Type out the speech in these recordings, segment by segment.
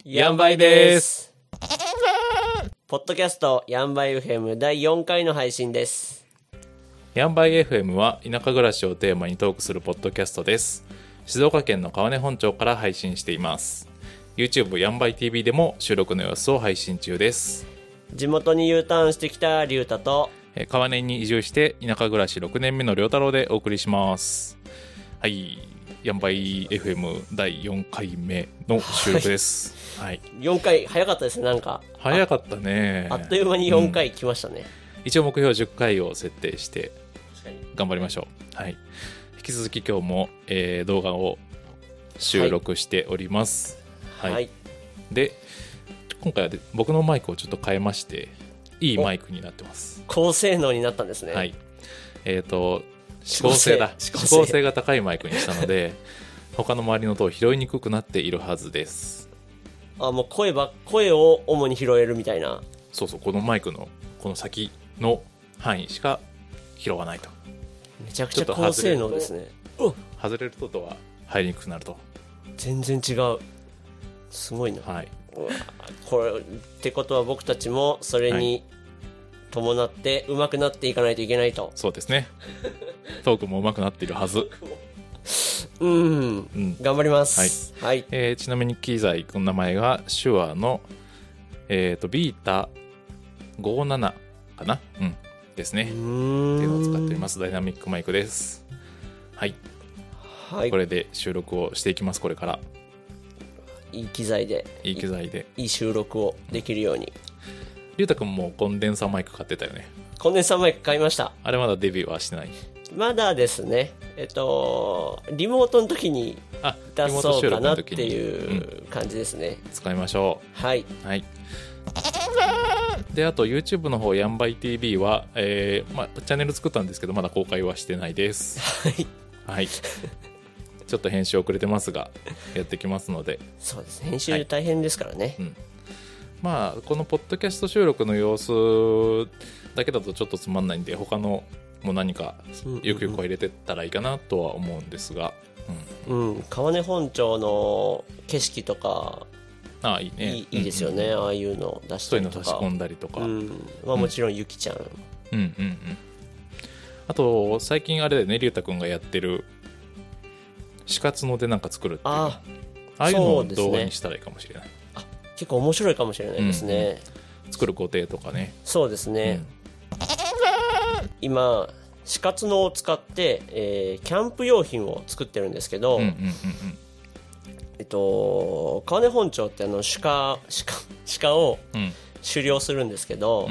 ヤンバイです。ポッドキャストヤンバイ FM 第4回の配信です。 ヤンバイ FM は田舎暮らしをテーマにトークするポッドキャストです。静岡県の川根本町から配信しています。 YouTube ヤンバイ TV でも収録の様子を配信中です。 地元に U ターンしてきたリュウタと川根に移住して田舎暮らし6年目の亮太郎でお送りします。はい、ヤンバイ FM 第4回目の収録です、はい、 4回早かったですね。なんか早かったね。 あっという間に4回来ましたね、 一応目標10回を設定して頑張りましょう。はい、引き続き今日も、動画を収録しております。はい、はい、で今回は僕のマイクをちょっと変えましていいマイクになってます。 高性能になったんですね。 はい、指向性が高いマイクにしたので他の周りの音を拾いにくくなっているはずです。 あ、もう声を主に拾えるみたいな。 そうそう、このマイクのこの先の範囲しか拾わないと。 めちゃくちゃ高性能ですね。 外れると音は入りにくくなると。 全然違う。すごいな。 はい、 これってことは僕たちもそれに伴って上手くなっていかないといけないと。 そうですね。トークも上手くなっているはず。 頑張ります。はい、 はい。ちなみに機材の名前が手話のビータ57かな、ですね。っていうのを使っています。ダイナミックマイクです。はい。はい。これで収録をしていきます。これから。 いい機材でいい収録をできるように。 りゅうたくんもコンデンサーマイク買ってたよね。 コンデンサーマイク買いました。 あれまだデビューはしてない？ まだですね。リモートの時に出そうかなっていう感じですね。 使いましょう。はい、 はい。であと YouTube の方ヤンバイ TV は、チャンネル作ったんですけどまだ公開はしてないです。 はいはい。ちょっと編集遅れてますがやってきますので。 そうですね、編集大変ですからね。 まあこのポッドキャスト収録の様子だけだとちょっとつまんないんで他のも何かよくよく入れてったらいいかなとは思うんですが、 川根本町の景色とかいいね、 いいですよね、ああいうの出したりとか、 そういうの差し込んだりとか、 もちろんゆきちゃん、 あと最近あれだよね、りゅうたくんがやってる死活のでなんか作るっていう、ああいうのを動画にしたらいいかもしれない。 結構面白いかもしれないですね、 作る工程とかね。 そうですね、今死活のを使って、キャンプ用品を作ってるんですけど、川根本町って鹿を狩猟するんですけど、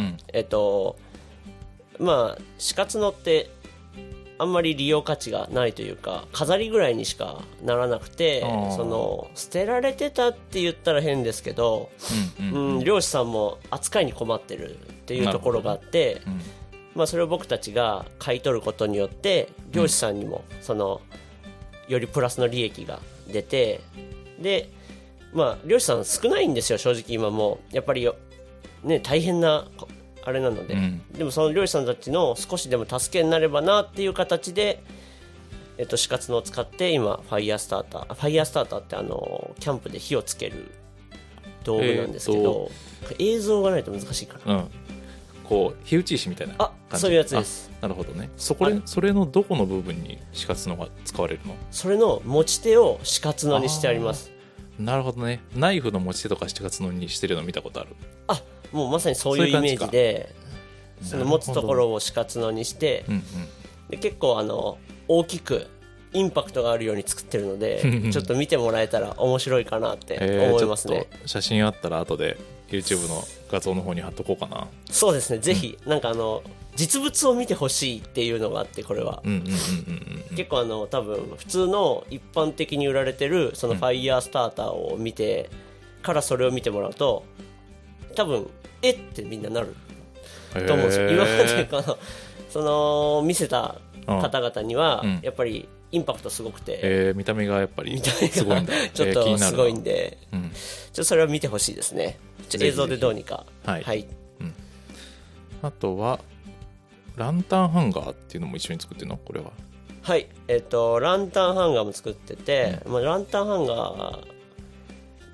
死活のってあんまり利用価値がないというか飾りぐらいにしかならなくて、捨てられてたって言ったら変ですけど、漁師さんも扱いに困ってるっていうところがあって、それを僕たちが買い取ることによって漁師さんにもよりプラスの利益が出て、で漁師さん少ないんですよ正直今もやっぱりね大変なあれなので、でもその漁師さんたちの少しでも助けになればなっていう形で、死活のを使って今ファイヤースターターってキャンプで火をつける道具なんですけど、映像がないと難しいから、 こう火打ち石みたいな感じ。 そういうやつです。 なるほどね。それのどこの部分に死活のが使われるの？ それの持ち手を死活のにしてあります。 なるほどね。ナイフの持ち手とか死活のにしてるの見たことある。 もうまさにそういうイメージで、その持つところを死活のにして、で結構大きくインパクトがあるように作ってるのでちょっと見てもらえたら面白いかなって思いますね。 ちょっと写真あったら後で YouTube の画像の方に貼っとこうかな。 そうですね、ぜひなんか実物を見てほしいっていうのがあって、これは結構多分普通の一般的に売られてるそのファイヤースターターを見てからそれを見てもらうと多分ってみんななると思うんですよ。今まで見せた方々にはやっぱりインパクトすごくて、 見た目がやっぱりすごいんだ。 ちょっとすごいんで、ちょっとそれを見てほしいですね。映像でどうにか。 あとはランタンハンガーっていうのも一緒に作ってるの？これは。 はい、ランタンハンガーも作ってて、ランタンハンガー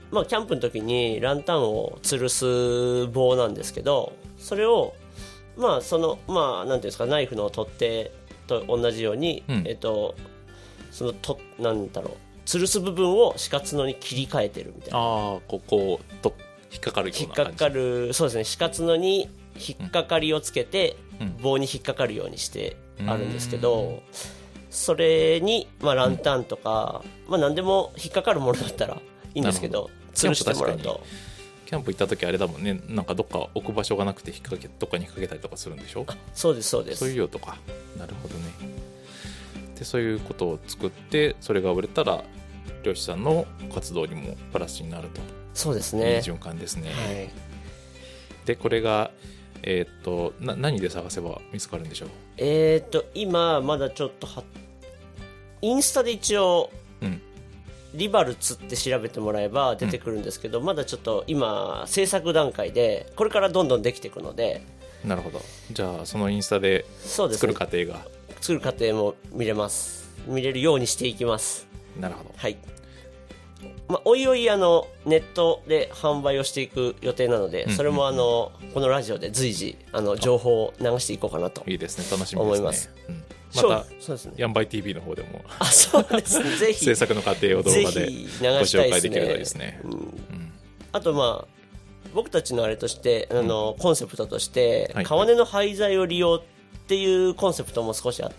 まあ、キャンプの時にランタンを吊るす棒なんですけど、それをまあまあ、なんていうんですか、ナイフの取っ手と同じように、そのなんだろう、吊るす部分を鹿角に切り替えてるみたいな。 ここと引っかかるような感じ。 引っかかる、そうですね、鹿角に引っかかりをつけて、棒に引っかかるようにしてあるんですけど、それに、まあ、ランタンとか、まあ、何でも引っかかるものだったらいいんですけど、吊るしてもらうと。 キャンプ行った時あれだもんね、なんかどっか置く場所がなくてどっかに引っ掛けたりとかするんでしょ。 そうですそうです。 そういう用途か。なるほどね。でそういうことを作って、それが売れたら漁師さんの活動にもプラスになると。 そうですね、 いい循環ですね。 はい、 でこれが何で探せば見つかるんでしょう。 今まだちょっとインスタで一応、リバルツって調べてもらえば出てくるんですけど、まだちょっと今制作段階で、これからどんどんできていくので。 なるほど。じゃあそのインスタで作る過程が、 作る過程も見れるようにしていきます。 なるほど。 はい。まあ、おいおいネットで販売をしていく予定なので、それもこのラジオで随時情報を流していこうかなと思います。 いいですね、楽しみですね。 またそうですね、ヤンバイ TV の方でもそうですね、ぜひ制作の過程を動画でご紹介できるといいですね。 あとまあ僕たちのあれとしてコンセプトとして、川根の廃材を利用っていうコンセプトも少しあって、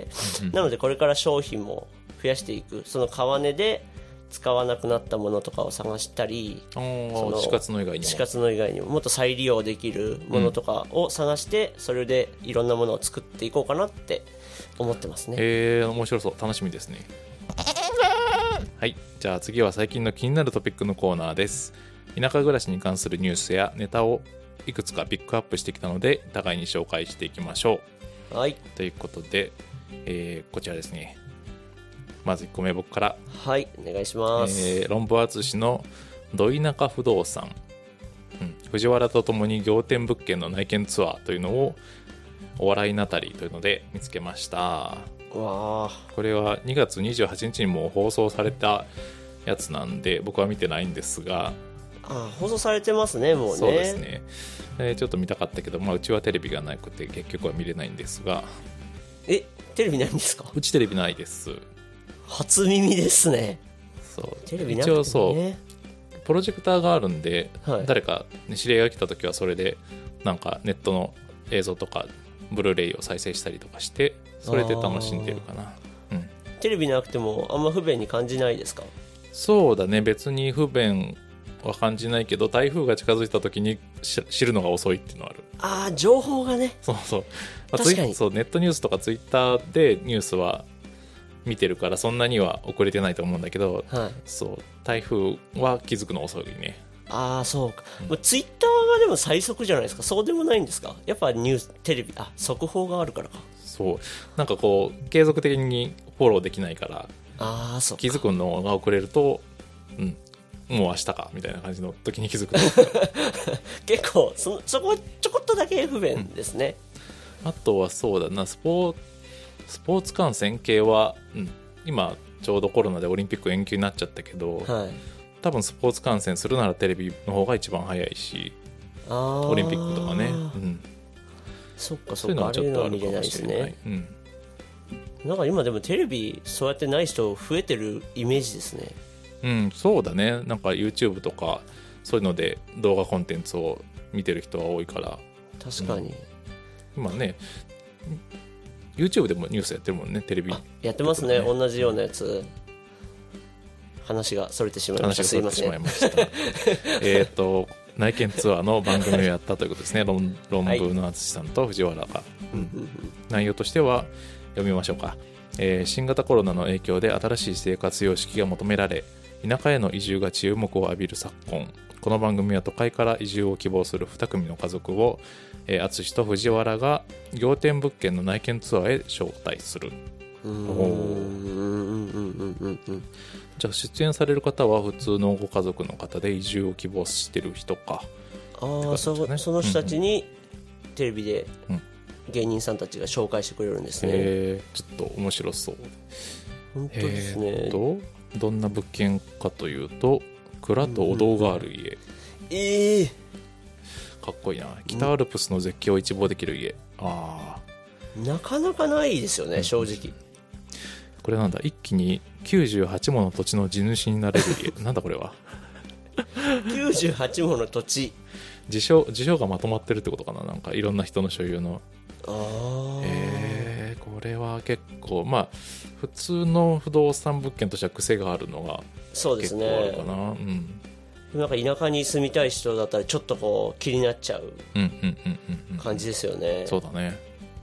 なのでこれから商品も増やしていく、その川根で使わなくなったものとかを探したり、 死活の以外にももっと再利用できるものとかを探して、それでいろんなものを作っていこうかなって思ってますね。 面白そう、楽しみですね。はい、じゃあ次は最近の気になるトピックのコーナーです。田舎暮らしに関するニュースやネタをいくつかピックアップしてきたので、互いに紹介していきましょう。 はい、 ということで、こちらですね。まず1個目、僕から。 はい、お願いします。 論文淳のど田舎不動産、藤原とともに仰天物件の内見ツアーというのをお笑いなたりというので見つけました。 わこれは2月28日にも放送されたやつなんで僕は見てないんですが、 放送されてますね、もうね。 そうですね、ちょっと見たかったけど、うちはテレビがなくて結局は見れないんですが。 テレビないんですか？ うちテレビないです。 初耳ですね。 そうテレビなくてもね、 一応そうプロジェクターがあるんで、誰か、知り合いが来た時はそれでなんかネットの映像とかブルーレイを再生したりとかして、それで楽しんでるかな。 テレビなくてもあんま不便に感じないですか？ そうだね、別に不便は感じないけど、台風が近づいた時に知るのが遅いっていうのはある。 情報がね。 そう、 確かにそう、ネットニュースとかツイッターでニュースは見てるからそんなには遅れてないと思うんだけど、そう台風は気づくの遅いね。 そうか、ツイッターがでも最速じゃないですか？そうでもないんですか？やっぱテレビ速報があるからか。 そうなんかこう継続的にフォローできないから、 そう気づくのが遅れると、もう明日かみたいな感じの時に気づく結構そこちょこっとだけ不便ですね。 あとはそうだな、スポーツ観戦系は、今ちょうどコロナでオリンピック延期になっちゃったけど、多分スポーツ観戦するならテレビの方が一番早いし、オリンピックとかね、 そっかそういうのはちょっとあるかもしれない。 なんか今でもテレビそうやってない人増えてるイメージですね。 そうだね、なんか YouTube とかそういうので動画コンテンツを見てる人は多いから。 確かに、 今ねYouTube でもニュースやってるもんね、テレビやってますね、同じようなやつ。話がそれてしまいました。すいません。 内見ツアーの番組をやったということですね。論文の淳さんと藤原が、内容としては読みましょうか。新型コロナの影響で新しい生活様式が求められ、田舎への移住が注目を浴びる昨今、この番組は都会から移住を希望する2組の家族を淳と藤原が仰天物件の内見ツアーへ招待する。じゃあ出演される方は普通のご家族の方で移住を希望してる人か。 その人たちにテレビで芸人さんたちが紹介してくれるんですね。 ちょっと面白そう。 本当ですね。 どんな物件かというと、 蔵とお堂がある家、かっこいいな。北アルプスの絶景を一望できる家。 なかなかないですよね、正直。 これなんだ、一気に98もの土地の地主になれる家。なんだこれは。 98もの土地、 事象がまとまってるってことかな。なんかいろんな人の所有の。これは結構まあ普通の不動産物件としては癖があるのが結構あるかな。 なんか田舎に住みたい人だったらちょっとこう気になっちゃう感じですよね。 そうだね。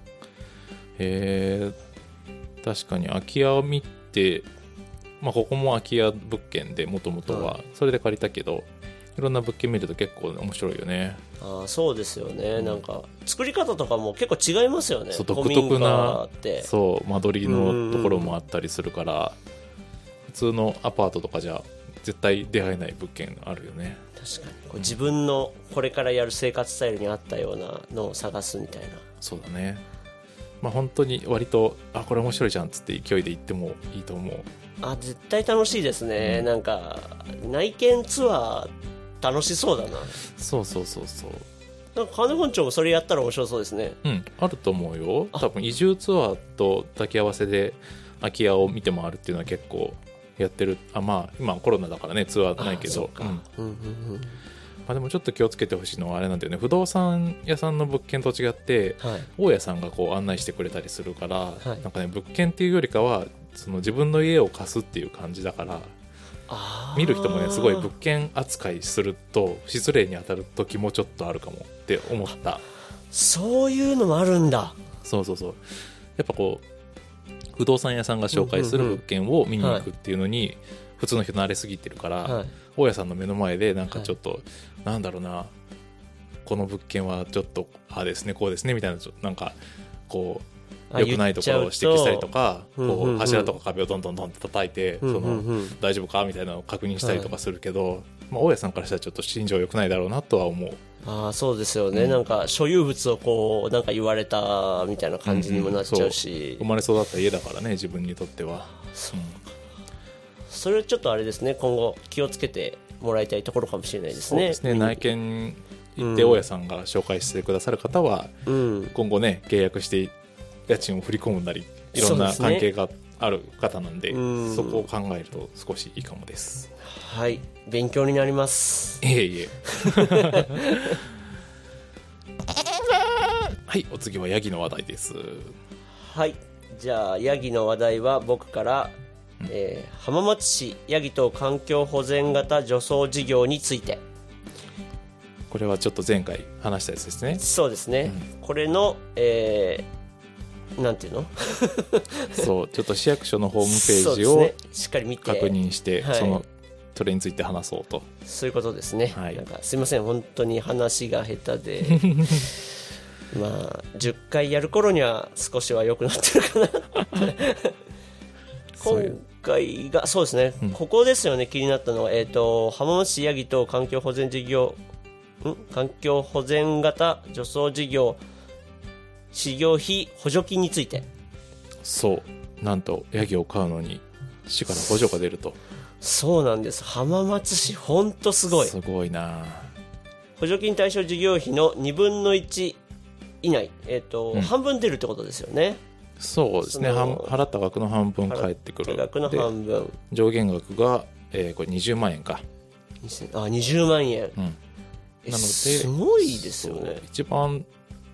確かに空き家を見て、まあ、ここも空き家物件でもともとはそれで借りたけど、いろんな物件見ると結構面白いよね。 そうですよね、なんか作り方とかも結構違いますよね。 そう独特なそう間取りのところもあったりするから、普通のアパートとかじゃ絶対出会えない物件あるよね。 確かにこう自分のこれからやる生活スタイルに合ったようなのを探すみたいな。 そうだね。まあ本当に割とこれ面白いじゃんっつって勢いで行ってもいいと思う。 絶対楽しいですね、なんか内見ツアー楽しそうだな。 そうなんか金本町もそれやったら面白そうですね。 あると思うよ。多分移住ツアーと抱き合わせで空き家を見て回るっていうのは結構やってる。まあ今コロナだからねツアーないけど、でもちょっと気をつけてほしいのはあれなんだよね。不動産屋さんの物件と違って、大家さんがこう案内してくれたりするから、なんかね物件っていうよりかはその自分の家を貸すっていう感じだから、見る人もねすごい物件扱いすると失礼に当たる時もちょっとあるかもって思った。 そういうのもあるんだ。 そうやっぱこう不動産屋さんが紹介する物件を見に行くっていうのに普通の人慣れすぎてるから、大家さんの目の前でなんかちょっと、なんだろうな、この物件はちょっとですねこうですねみたいな、なんかこう良くないところを指摘したりとか、こう柱とか壁をどんどんって叩いて、大丈夫かみたいなのを確認したりとかするけど、大家さんからしたらちょっと心情良くないだろうなとは思う。 そうですよね、なんか所有物をこうなんか言われたみたいな感じにもなっちゃうし、 生まれ育った家だからね自分にとっては。 それはちょっとあれですね、今後気をつけてもらいたいところかもしれないですね。 そうですね、内見行って大家さんが紹介してくださる方は、今後ね契約して家賃を振り込むなりいろんな関係がある方なんで、そこを考えると少しいいかもです。 はい、勉強になります。 いえはい、お次はヤギの話題です。 はい、じゃあヤギの話題は僕から、浜松市ヤギ等環境保全型除草事業について。 これはちょっと前回話したやつですね。 そうですね、これの、なんていうのそうちょっと市役所のホームページを、 しっかり見て確認して、それについて話そうと。 そういうことですね、なんかすいません本当に話が下手でまあ10回やる頃には少しは良くなってるかな今回がそうですね、ここですよね。気になったのは、浜松市ヤギ等環境保全型除草事業事業費補助金について。 そうなんとヤギを飼うのに市から補助が出ると。 そうなんです。浜松市本当すごい。 すごいな。 補助金対象事業費の2分の1以内、半分出るってことですよね。 そうですね、払った額の半分返ってくる。 額の半分、 上限額が、これ20万円か。 20万円、なのですごいですよね。 一番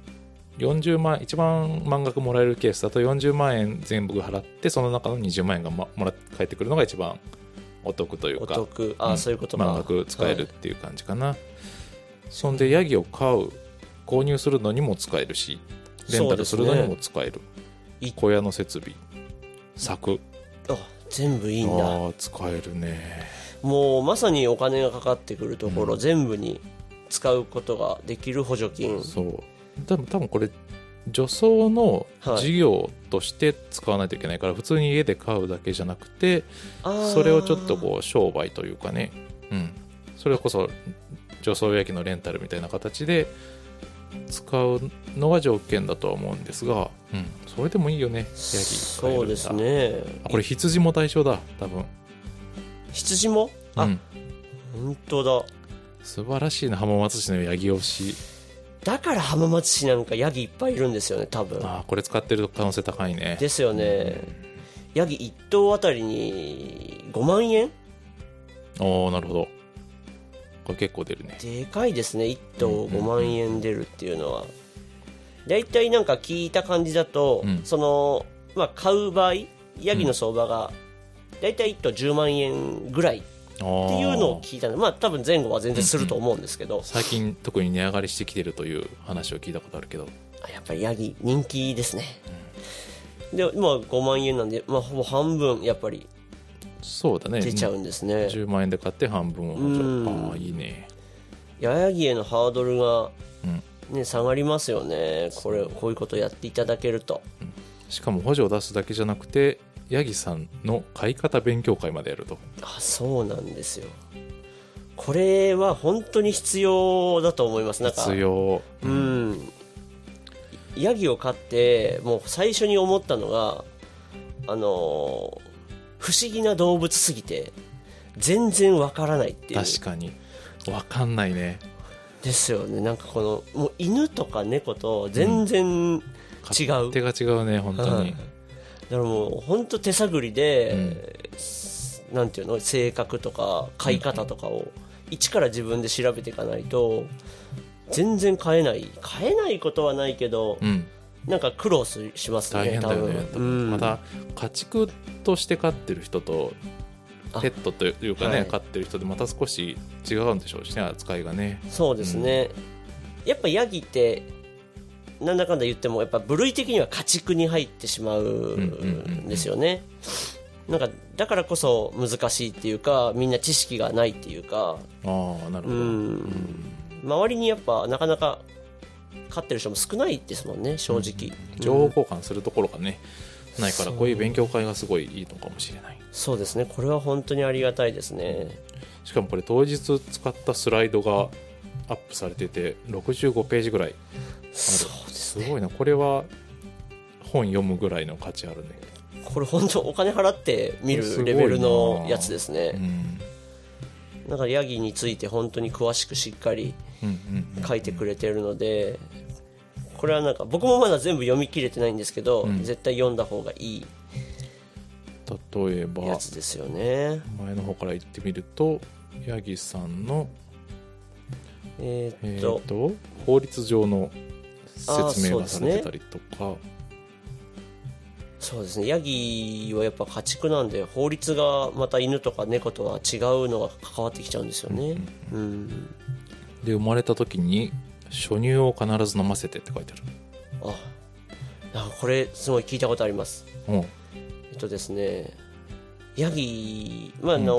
満額もらえるケースだと40万円全部払って、その中の20万円が返ってくるのが一番お得というか、 そういうことか、 満額使えるっていう感じかな。そんでヤギを購入するのにも使えるし、レンタルするのにも使える、小屋の設備、柵、 全部いいんだ。 使えるね。 もうまさにお金がかかってくるところ、全部に使うことができる補助金。 そう多分これ除草の事業として使わないといけないから、普通に家で飼うだけじゃなくて、それをちょっとこう商売というかね、それこそ除草ヤギのレンタルみたいな形で使うのが条件だとは思うんですが、それでもいいよね、ヤギ飼えるんだ。 そうですね。 これ羊も対象だ多分。 羊も本当だ、 素晴らしいな、浜松市のヤギ推し。 だから浜松市なんかヤギいっぱいいるんですよね多分。 ああ、これ使ってる可能性高いね。 ですよね。ヤギ1頭あたりに5万円。 おー、なるほど。これ結構出るね。 でかいですね、1頭5万円出るっていうのは。だいたいなんか聞いた感じだと、その買う場合ヤギの相場がだいたい1頭10万円ぐらいっていうのを聞いたので、多分前後は全然すると思うんですけど、 最近特に値上がりしてきてるという話を聞いたことあるけど、 やっぱりヤギ人気ですね。で5万円なんで、ほぼ半分やっぱりそうだね、 出ちゃうんですね。 10万円で買って半分を補助。ああ、いいね。 ヤギへのハードルが、下がりますよね、こういうことやっていただけると。 しかも補助を出すだけじゃなくて、ヤギさんの飼い方勉強会までやると。 そうなんですよ。これは本当に必要だと思います。なんか必要。 ヤギを飼ってもう最初に思ったのが、不思議な動物すぎて全然わからないっていう。 確かにわかんないね。 ですよね。なんかもう犬とか猫と全然違う、 勝手が違うね本当に。 だからもう本当手探りで、なんていうの、性格とか飼い方とかを一から自分で調べていかないと全然飼えないことはないけど、なんか苦労しますね。 大変だよね。また家畜として飼ってる人とペットというかね、飼ってる人でまた少し違うんでしょうしね、扱いがね。 そうですね、やっぱヤギってなんだかんだ言ってもやっぱ部類的には家畜に入ってしまうんですよね。なんかだからこそ難しいっていうか、みんな知識がないっていうか。 なるほど。 周りにやっぱなかなか飼ってる人も少ないですもんね、正直。 情報交換するところがね、ないから、こういう勉強会がすごいいいのかもしれない。 そうですね、これは本当にありがたいですね。 しかもこれ当日使ったスライドがアップされてて65ページぐらいある。 そうですね、 すごいな。これは本読むぐらいの価値あるね。 これ本当お金払って見るレベルのやつですね。なんかヤギについて本当に詳しくしっかり書いてくれてるので、これはなんか僕もまだ全部読み切れてないんですけど、絶対読んだ方がいい例えばやつですよね。 前の方から言ってみると、ヤギさんの法律上の説明がされてたりとか。 そうですね、ヤギはやっぱ家畜なんで法律がまた犬とか猫とは違うのが関わってきちゃうんですよね。 で、生まれた時に初乳を必ず飲ませてって書いてある。 これすごい聞いたことあります。ですね、ヤギ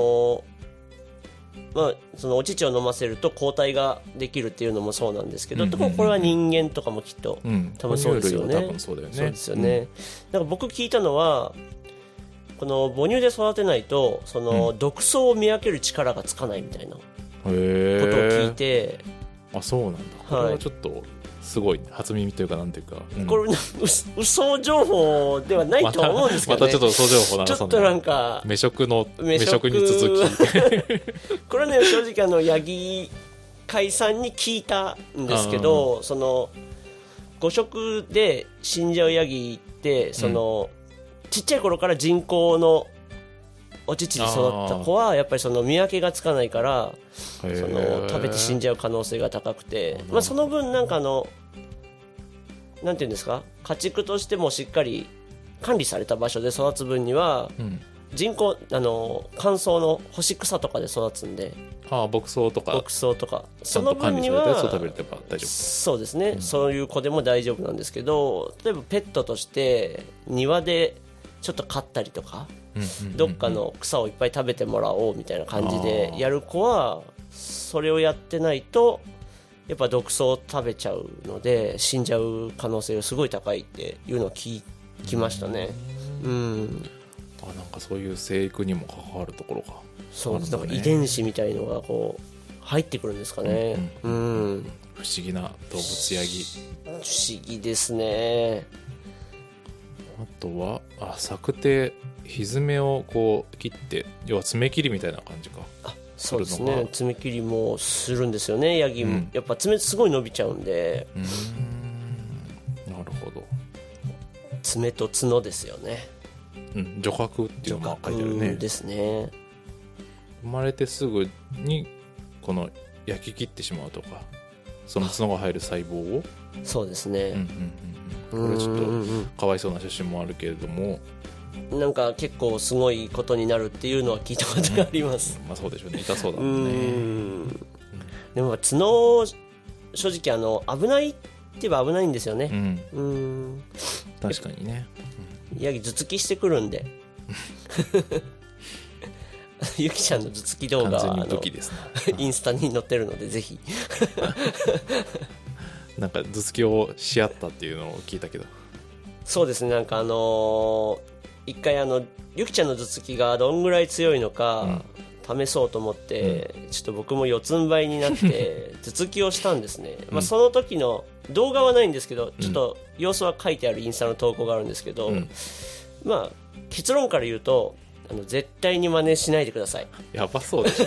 そのお乳を飲ませると抗体ができるっていうのもそうなんですけど、これは人間とかもきっと多分そうですよね。 そうですよね。なんか僕聞いたのは、この母乳で育てないとその毒素を見分ける力がつかないみたいなことを聞いて。 そうなんだ。これはちょっとすごい初耳というか、なんていうか、 これ嘘情報ではないとは思うんですけどね。 またちょっと嘘情報なの。 ちょっとなんか目食に続きこれね、正直ヤギ飼いさんに聞いたんですけど、その誤食で死んじゃうヤギってちっちゃい頃から人工のお乳で育った子はやっぱりその見分けがつかないから、食べて死んじゃう可能性が高くて、その分なんかなんていうんですか、家畜としてもしっかり管理された場所で育つ分には、人工乾燥の干し草とかで育つんで、 牧草とかその分には食べれば大丈夫。 そうですね、そういう子でも大丈夫なんですけど、例えばペットとして庭でちょっと飼ったりとか、どっかの草をいっぱい食べてもらおうみたいな感じでやる子は、それをやってないとやっぱ毒素を食べちゃうので死んじゃう可能性がすごい高いっていうのを聞きましたね。 なんかそういう生育にも関わるところが。 そうです、だから遺伝子みたいのがこう入ってくるんですかね。 不思議な動物ヤギ。 不思議ですね。 あとは策定、ひづめをこう切って、要は爪切りみたいな感じか。 そうですね、爪切りもするんですよねヤギも、やっぱ爪すごい伸びちゃうんで。 なるほど。 爪と角ですよね。 除角っていうのが書いてあるね。 ですね。 生まれてすぐにこの焼き切ってしまうとか、その角が入る細胞を。 そうですね、 これちょっとかわいそうな写真もあるけれども、 なんか結構すごいことになるっていうのは聞いたことがあります。 まあそうでしょうね、痛そうだもんね。 でも角正直危ないって言えば危ないんですよね。 確かにね。 ヤギ頭突きしてくるんでゆきちゃんの頭突き動画はインスタに載ってるのでぜひなんか頭突きをし合ったっていうのを聞いたけど。 そうですね、なんか一回ゆきちゃんの頭突きがどんぐらい強いのか試そうと思って、ちょっと僕も四つん這いになって頭突きをしたんですね。その時の動画はないんですけど、ちょっと様子は書いてあるインスタの投稿があるんですけど、結論から言うと絶対に真似しないでください。 やばそうでしょ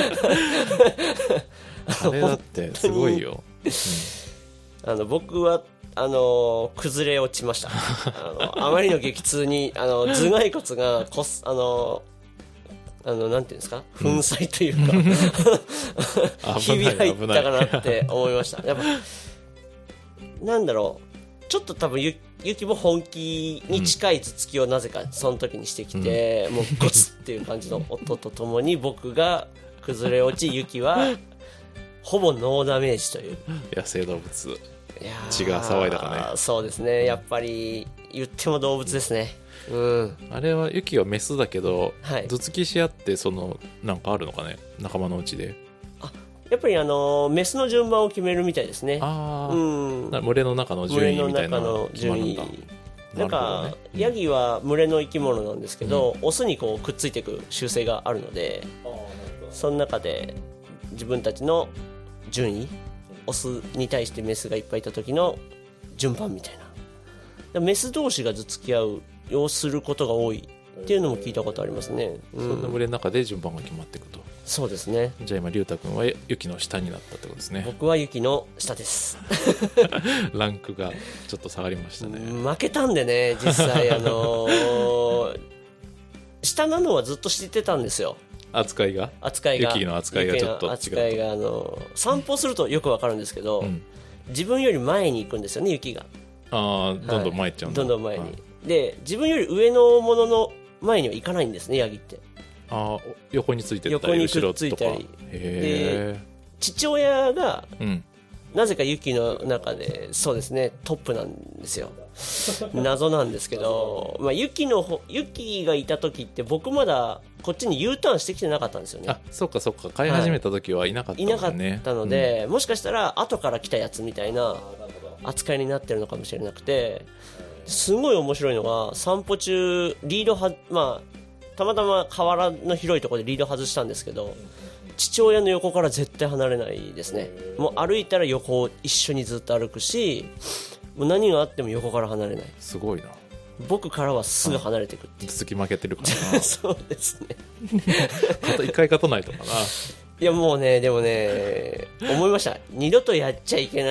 あれだってすごいよ。 僕は崩れ落ちましたあまりの激痛に頭蓋骨がなんていうんですか、粉砕というかひび入ったかなって思いました。やっぱなんだろう、ちょっと多分ゆきも本気に近い頭突きをなぜかその時にしてきて、もうゴツっていう感じの音とともに僕が崩れ落ち、ゆきはほぼノーダメージという野生動物、血が騒いだかね。 そうですね、やっぱり言っても動物ですね。 あれはユキはメスだけど、頭突きし合ってなんかあるのかね、仲間のうちで。 やっぱりメスの順番を決めるみたいですね。 群れの中の順位みたいなの決まるんだ。 なんかヤギは群れの生き物なんですけど、オスにこうくっついていく習性があるので、その中で自分たちの順位、オスに対してメスがいっぱいいた時の順番みたいな、メス同士が頭突き合うをすることが多いっていうのも聞いたことありますね。 そんな群れの中で順番が決まっていくと。 そうですね。 じゃあ今龍太君はユキの下になったってことですね。 僕はユキの下ですランクがちょっと下がりましたね。 負けたんでね、実際下なのはずっと知ってたんですよ。 扱いがユキの扱いがちょっと違うと。 扱いが散歩するとよくわかるんですけど、自分より前に行くんですよね、ユキが。 どんどん前行っちゃうんだ。 どんどん前に、で自分より上のものの前には行かないんですね、ヤギって。 横についてったり後ろとか。 で父親が、なぜかユキの中でそうですねトップなんですよ。謎なんですけど、ユキがいた時って僕まだこっちに U ターンしてきてなかったんですよね。 そうかそうか、飼い始めた時はいなかったもんね。 いなかったので、もしかしたら後から来たやつみたいな扱いになってるのかもしれなくて、すごい面白いのが散歩中リードたまたま河原の広いところでリード外したんですけど、父親の横から絶対離れないですね。もう歩いたら横を一緒にずっと歩くし、もう何があっても横から離れない。 すごいな。僕からはすぐ離れていくっていう。 続き負けてるからなそうですね一回勝たないとかな。 いやもうね、でもね思いました。二度とやっちゃいけない、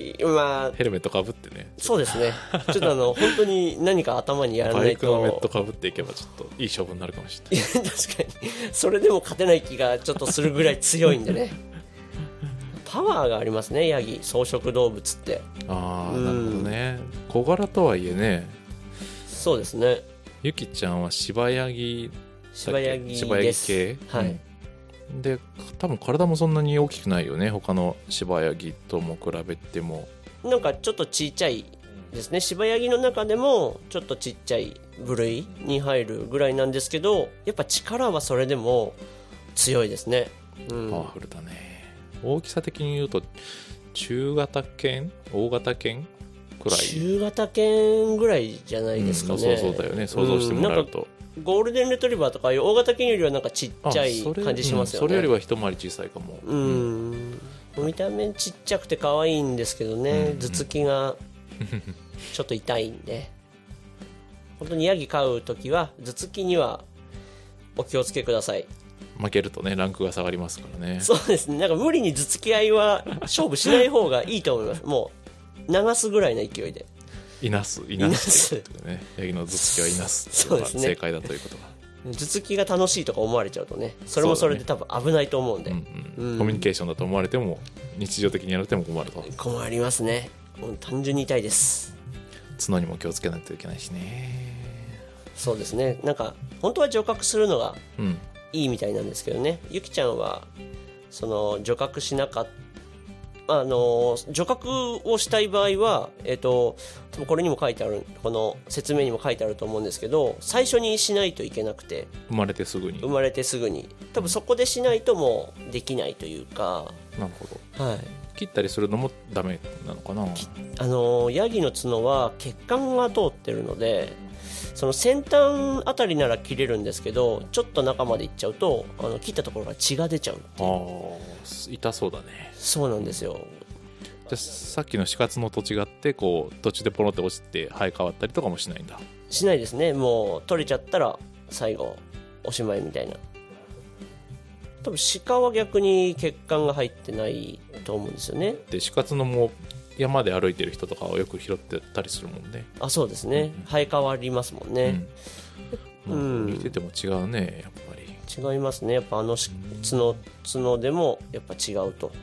ヘルメットかぶってね。 そうですね、ちょっと本当に何か頭にやらないと。 バイクのメットかぶっていけばちょっといい勝負になるかもしれない。 確かにそれでも勝てない気がちょっとするぐらい強いんでねパワーがありますね、ヤギ、草食動物って。 なるほどね。小柄とはいえね。 そうですね。 ユキちゃんは柴ヤギです。 系、で多分体もそんなに大きくないよね、他の柴ヤギとも比べても。 なんかちょっとちっちゃいですね。柴ヤギの中でもちょっとちっちゃい部類に入るぐらいなんですけど、やっぱ力はそれでも強いですね。 パワフルだね。大きさ的に言うと中型犬、大型犬くらい。 中型犬ぐらいじゃないですかね。 そうだよね、想像してもらうと。 ゴールデンレトリバーとかいう大型犬よりはなんかちっちゃい感じしますよね。 それよりは一回り小さいかも。 見た目ちっちゃくて可愛いんですけどね、頭突きがちょっと痛いんで本当にヤギ飼うときは頭突きにはお気をつけください。 負けるとねランクが下がりますからね。 そうですね。なんか無理に頭突き合いは勝負しない方がいいと思います。もう流すぐらいの勢いで。 いなすっていうことでね、ヤギの頭突きはいなすっていうのが正解だということが。 頭突きが楽しいとか思われちゃうとね、それもそれで多分危ないと思うんで、 コミュニケーションだと思われても日常的にやられても困ると。 困りますね。もう単純に痛いです。 角にも気をつけないといけないしね。 そうですね。なんか本当は除覚するのがいいみたいなんですけどね、ゆきちゃんはその除覚しなかった除覚をしたい場合は、多分これにも書いてある、この説明にも書いてあると思うんですけど、最初にしないといけなくて、 生まれてすぐに多分そこでしないともうできないというか。 なるほど、 はい、 切ったりするのもダメなのかな。 ヤギの角は血管が通ってるので、その先端あたりなら切れるんですけど、ちょっと中までいっちゃうと切ったところから血が出ちゃうっていう。 痛そうだね。 そうなんですよ。 じゃさっきの死活のと違ってこう途中でポロって落ちて生え変わったりとかもしないんだ。 しないですね。もう取れちゃったら最後おしまいみたいな。多分鹿は逆に血管が入ってないと思うんですよね。 で死活のも山で歩いてる人とかはよく拾ってたりするもんね。 あ、そうですね、生え変わりますもんね。 見てても違うね、やっぱり違いますね。やっぱ角でもやっぱ違うと。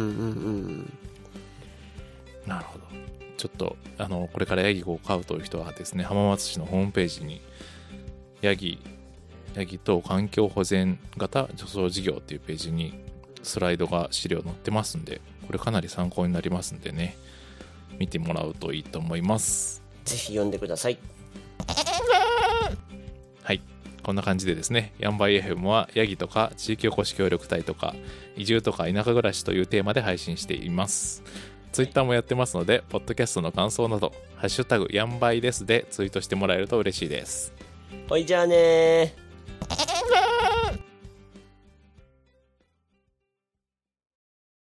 なるほど。ちょっとこれからヤギを飼うという人はですね、浜松市のホームページにヤギと環境保全型除草事業っていうページにスライドが資料載ってますんで、これかなり参考になりますんでね、見てもらうといいと思います。 ぜひ読んでください。 はい、こんな感じでですね、ヤンバイ FM はヤギとか地域おこし協力隊とか移住とか田舎暮らしというテーマで配信しています。ツイッターもやってますので、ポッドキャストの感想などハッシュタグヤンバイですでツイートしてもらえると嬉しいです。 ほいじゃあねー。